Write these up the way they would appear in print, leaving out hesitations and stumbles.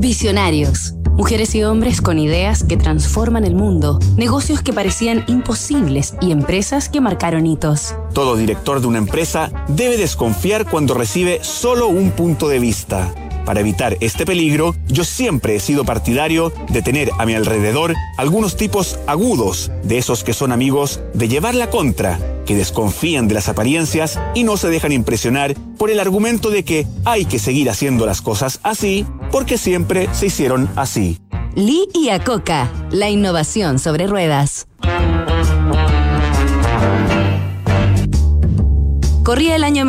Visionarios. Mujeres y hombres con ideas que transforman el mundo, negocios que parecían imposibles y empresas que marcaron hitos. Todo director de una empresa debe desconfiar cuando recibe solo un punto de vista. Para evitar este peligro, yo siempre he sido partidario de tener a mi alrededor algunos tipos agudos, de esos que son amigos de llevar la contra, que desconfían de las apariencias y no se dejan impresionar por el argumento de que hay que seguir haciendo las cosas así porque siempre se hicieron así. Lee Iacocca, la innovación sobre ruedas. Corría el año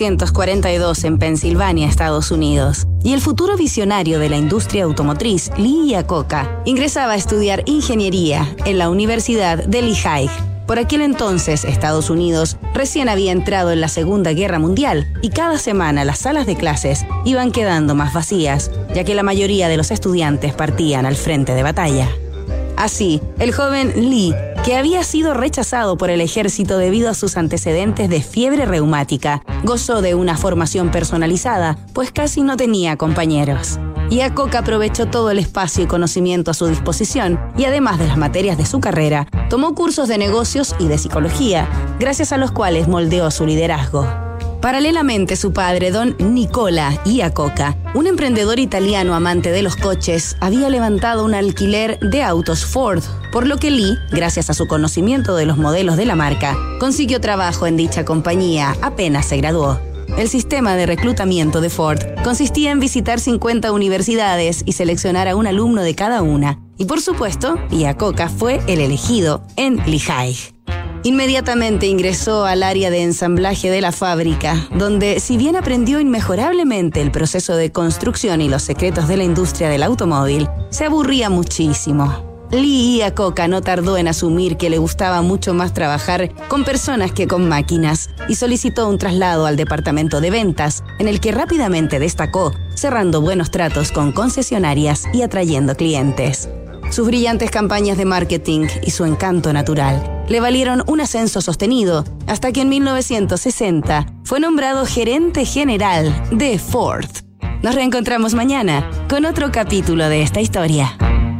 1942 en Pensilvania, Estados Unidos, y el futuro visionario de la industria automotriz, Lee Iacocca, ingresaba a estudiar ingeniería en la Universidad de Lehigh. Por aquel entonces, Estados Unidos recién había entrado en la Segunda Guerra Mundial y cada semana las salas de clases iban quedando más vacías, ya que la mayoría de los estudiantes partían al frente de batalla. Así, el joven Lee, que había sido rechazado por el ejército debido a sus antecedentes de fiebre reumática, gozó de una formación personalizada, pues casi no tenía compañeros. Iacocca aprovechó todo el espacio y conocimiento a su disposición y además de las materias de su carrera, tomó cursos de negocios y de psicología, gracias a los cuales moldeó su liderazgo. Paralelamente, su padre, don Nicola Iacocca, un emprendedor italiano amante de los coches, había levantado un alquiler de autos Ford, por lo que Lee, gracias a su conocimiento de los modelos de la marca, consiguió trabajo en dicha compañía apenas se graduó. El sistema de reclutamiento de Ford consistía en visitar 50 universidades y seleccionar a un alumno de cada una. Y por supuesto, Iacocca fue el elegido en Lehigh. Inmediatamente ingresó al área de ensamblaje de la fábrica, donde, si bien aprendió inmejorablemente el proceso de construcción y los secretos de la industria del automóvil, se aburría muchísimo. Lee Iacocca no tardó en asumir que le gustaba mucho más trabajar con personas que con máquinas y solicitó un traslado al departamento de ventas, en el que rápidamente destacó, cerrando buenos tratos con concesionarias y atrayendo clientes. Sus brillantes campañas de marketing y su encanto natural le valieron un ascenso sostenido hasta que en 1960 fue nombrado gerente general de Ford. Nos reencontramos mañana con otro capítulo de esta historia.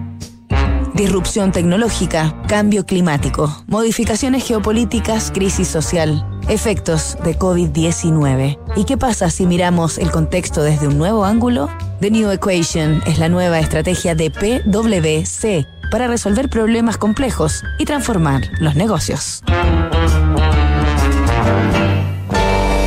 Disrupción tecnológica, cambio climático, modificaciones geopolíticas, crisis social, efectos de COVID-19. ¿Y qué pasa si miramos el contexto desde un nuevo ángulo? The New Equation es la nueva estrategia de PwC para resolver problemas complejos y transformar los negocios.